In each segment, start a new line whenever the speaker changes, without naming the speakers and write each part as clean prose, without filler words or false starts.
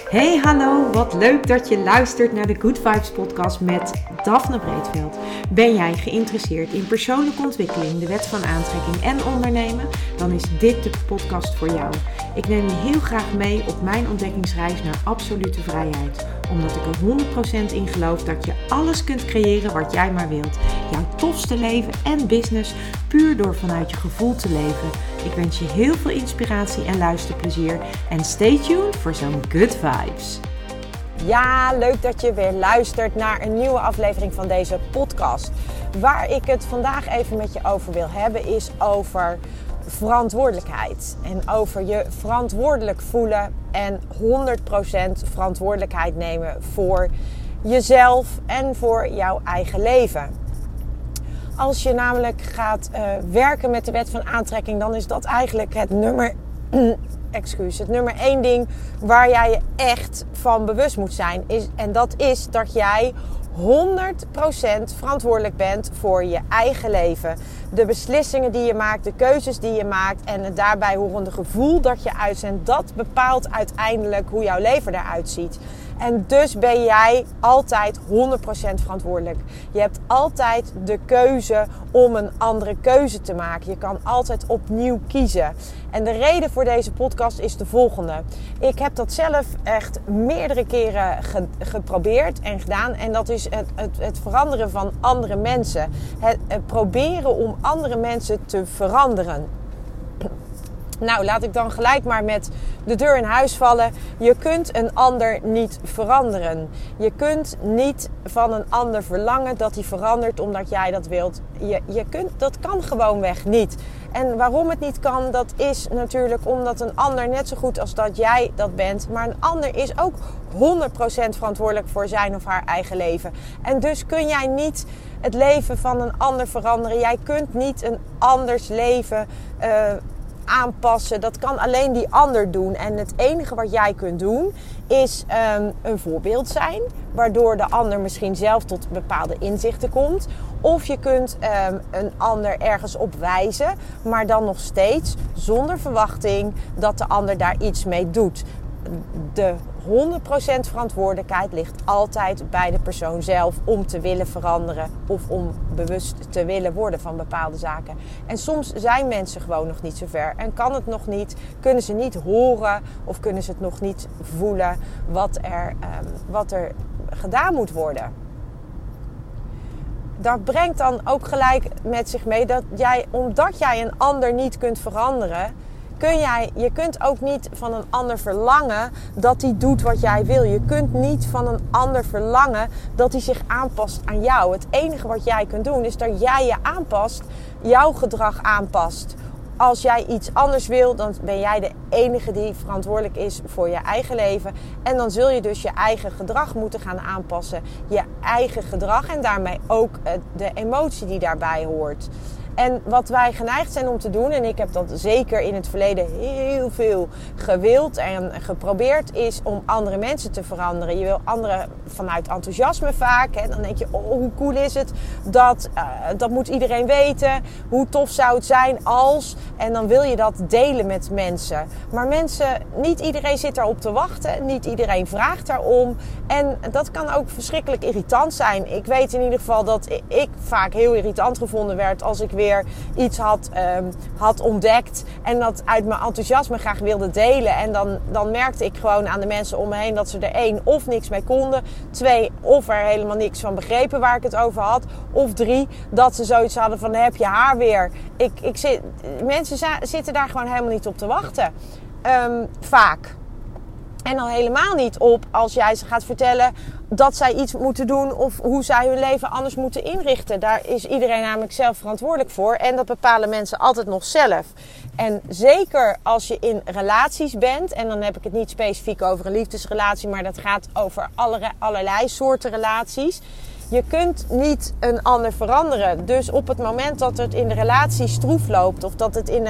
Hey, hallo, wat leuk dat je luistert naar de Good Vibes podcast met Daphne Breedveld. Ben jij geïnteresseerd in persoonlijke ontwikkeling, de wet van aantrekking en ondernemen? Dan is dit de podcast voor jou. Ik neem je heel graag mee op mijn ontdekkingsreis naar absolute vrijheid. Omdat ik er 100% in geloof dat je alles kunt creëren wat jij maar wilt. Jouw tofste leven en business puur door vanuit je gevoel te leven. Ik wens je heel veel inspiratie en luisterplezier. En stay tuned voor zo'n good vibes.
Ja, leuk dat je weer luistert naar een nieuwe aflevering van deze podcast. Waar ik het vandaag even met je over wil hebben is over verantwoordelijkheid. En over je verantwoordelijk voelen en 100% verantwoordelijkheid nemen voor jezelf en voor jouw eigen leven. Als je namelijk gaat werken met de wet van aantrekking, dan is dat eigenlijk het nummer 1 ding waar jij je echt van bewust moet zijn. En dat is dat jij 100% verantwoordelijk bent voor je eigen leven. De beslissingen die je maakt, de keuzes die je maakt en het daarbij horende gevoel dat je uitzendt, dat bepaalt uiteindelijk hoe jouw leven eruit ziet. En dus ben jij altijd 100% verantwoordelijk. Je hebt altijd de keuze om een andere keuze te maken. Je kan altijd opnieuw kiezen. En de reden voor deze podcast is de volgende. Ik heb dat zelf echt meerdere keren geprobeerd en gedaan. En dat is het veranderen van andere mensen. Het proberen om andere mensen te veranderen. Nou, laat ik dan gelijk maar met de deur in huis vallen. Je kunt een ander niet veranderen. Je kunt niet van een ander verlangen dat hij verandert omdat jij dat wilt. Dat kan gewoonweg niet. En waarom het niet kan, dat is natuurlijk omdat een ander net zo goed als dat jij dat bent. Maar een ander is ook 100% verantwoordelijk voor zijn of haar eigen leven. En dus kun jij niet het leven van een ander veranderen. Jij kunt niet een anders leven aanpassen. Dat kan alleen die ander doen. En het enige wat jij kunt doen is een voorbeeld zijn, waardoor de ander misschien zelf tot bepaalde inzichten komt. Of je kunt een ander ergens op wijzen, maar dan nog steeds zonder verwachting dat de ander daar iets mee doet. De 100% verantwoordelijkheid ligt altijd bij de persoon zelf om te willen veranderen of om bewust te willen worden van bepaalde zaken. En soms zijn mensen gewoon nog niet zo ver en kan het nog niet, kunnen ze niet horen of kunnen ze het nog niet voelen wat er gedaan moet worden. Dat brengt dan ook gelijk met zich mee dat omdat jij een ander niet kunt veranderen, je kunt ook niet van een ander verlangen dat hij doet wat jij wil. Je kunt niet van een ander verlangen dat hij zich aanpast aan jou. Het enige wat jij kunt doen is dat jij je aanpast, jouw gedrag aanpast. Als jij iets anders wil, dan ben jij de enige die verantwoordelijk is voor je eigen leven. En dan zul je dus je eigen gedrag moeten gaan aanpassen. Je eigen gedrag en daarmee ook de emotie die daarbij hoort. En wat wij geneigd zijn om te doen, en ik heb dat zeker in het verleden heel veel gewild en geprobeerd, is om andere mensen te veranderen. Je wil anderen vanuit enthousiasme vaak. Hè? Dan denk je, oh, hoe cool is het? Dat moet iedereen weten. Hoe tof zou het zijn als... En dan wil je dat delen met mensen. Maar niet iedereen zit daarop te wachten. Niet iedereen vraagt daarom. En dat kan ook verschrikkelijk irritant zijn. Ik weet in ieder geval dat ik vaak heel irritant gevonden werd als ik weer iets had ontdekt en dat uit mijn enthousiasme graag wilde delen. En dan merkte ik gewoon aan de mensen om me heen dat ze er 1 of niks mee konden, 2 of er helemaal niks van begrepen waar ik het over had, of 3 dat ze zoiets hadden van heb je haar weer. Mensen zitten daar gewoon helemaal niet op te wachten. Vaak. En al helemaal niet op als jij ze gaat vertellen dat zij iets moeten doen of hoe zij hun leven anders moeten inrichten. Daar is iedereen namelijk zelf verantwoordelijk voor. En dat bepalen mensen altijd nog zelf. En zeker als je in relaties bent, en dan heb ik het niet specifiek over een liefdesrelatie, maar dat gaat over allerlei soorten relaties. Je kunt niet een ander veranderen. Dus op het moment dat het in de relatie stroef loopt, of dat het in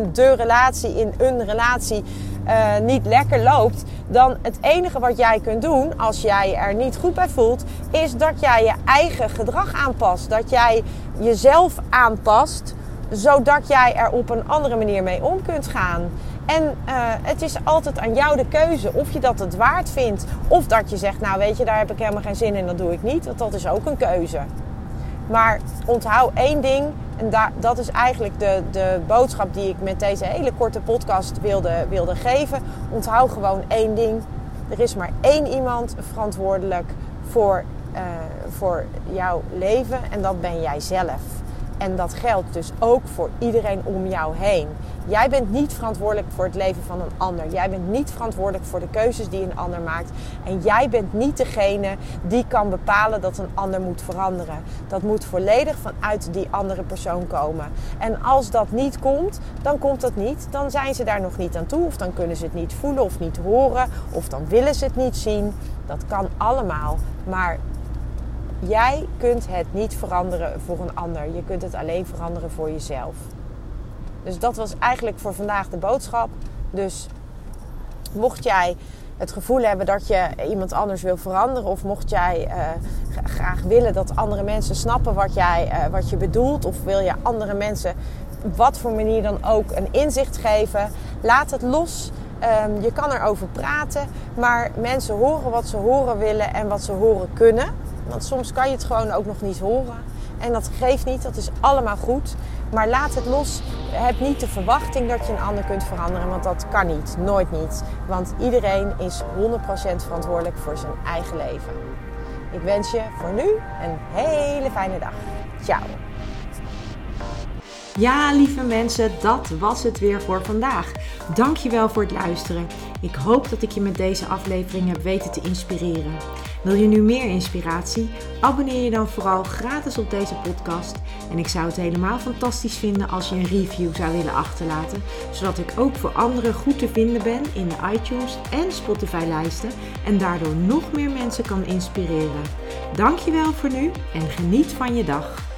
een relatie niet lekker loopt, dan het enige wat jij kunt doen als jij er niet goed bij voelt, is dat jij je eigen gedrag aanpast. Dat jij jezelf aanpast, zodat jij er op een andere manier mee om kunt gaan. En het is altijd aan jou de keuze of je dat het waard vindt. Of dat je zegt, nou weet je, daar heb ik helemaal geen zin in, dat doe ik niet. Want dat is ook een keuze. Maar onthoud één ding. En dat is eigenlijk de boodschap die ik met deze hele korte podcast wilde geven. Onthoud gewoon één ding. Er is maar één iemand verantwoordelijk voor jouw leven. En dat ben jij zelf. En dat geldt dus ook voor iedereen om jou heen. Jij bent niet verantwoordelijk voor het leven van een ander. Jij bent niet verantwoordelijk voor de keuzes die een ander maakt. En jij bent niet degene die kan bepalen dat een ander moet veranderen. Dat moet volledig vanuit die andere persoon komen. En als dat niet komt, dan komt dat niet. Dan zijn ze daar nog niet aan toe. Of dan kunnen ze het niet voelen of niet horen. Of dan willen ze het niet zien. Dat kan allemaal. Maar jij kunt het niet veranderen voor een ander. Je kunt het alleen veranderen voor jezelf. Dus dat was eigenlijk voor vandaag de boodschap. Dus mocht jij het gevoel hebben dat je iemand anders wil veranderen, of mocht jij graag willen dat andere mensen snappen wat je bedoelt, of wil je andere mensen op wat voor manier dan ook een inzicht geven, laat het los. Je kan erover praten, maar mensen horen wat ze horen willen en wat ze horen kunnen. Want soms kan je het gewoon ook nog niet horen. En dat geeft niet, dat is allemaal goed. Maar laat het los. Heb niet de verwachting dat je een ander kunt veranderen. Want dat kan niet, nooit niet. Want iedereen is 100% verantwoordelijk voor zijn eigen leven. Ik wens je voor nu een hele fijne dag. Ciao.
Ja, lieve mensen, dat was het weer voor vandaag. Dankjewel voor het luisteren. Ik hoop dat ik je met deze aflevering heb weten te inspireren. Wil je nu meer inspiratie? Abonneer je dan vooral gratis op deze podcast. En ik zou het helemaal fantastisch vinden als je een review zou willen achterlaten. Zodat ik ook voor anderen goed te vinden ben in de iTunes en Spotify lijsten. En daardoor nog meer mensen kan inspireren. Dankjewel voor nu en geniet van je dag.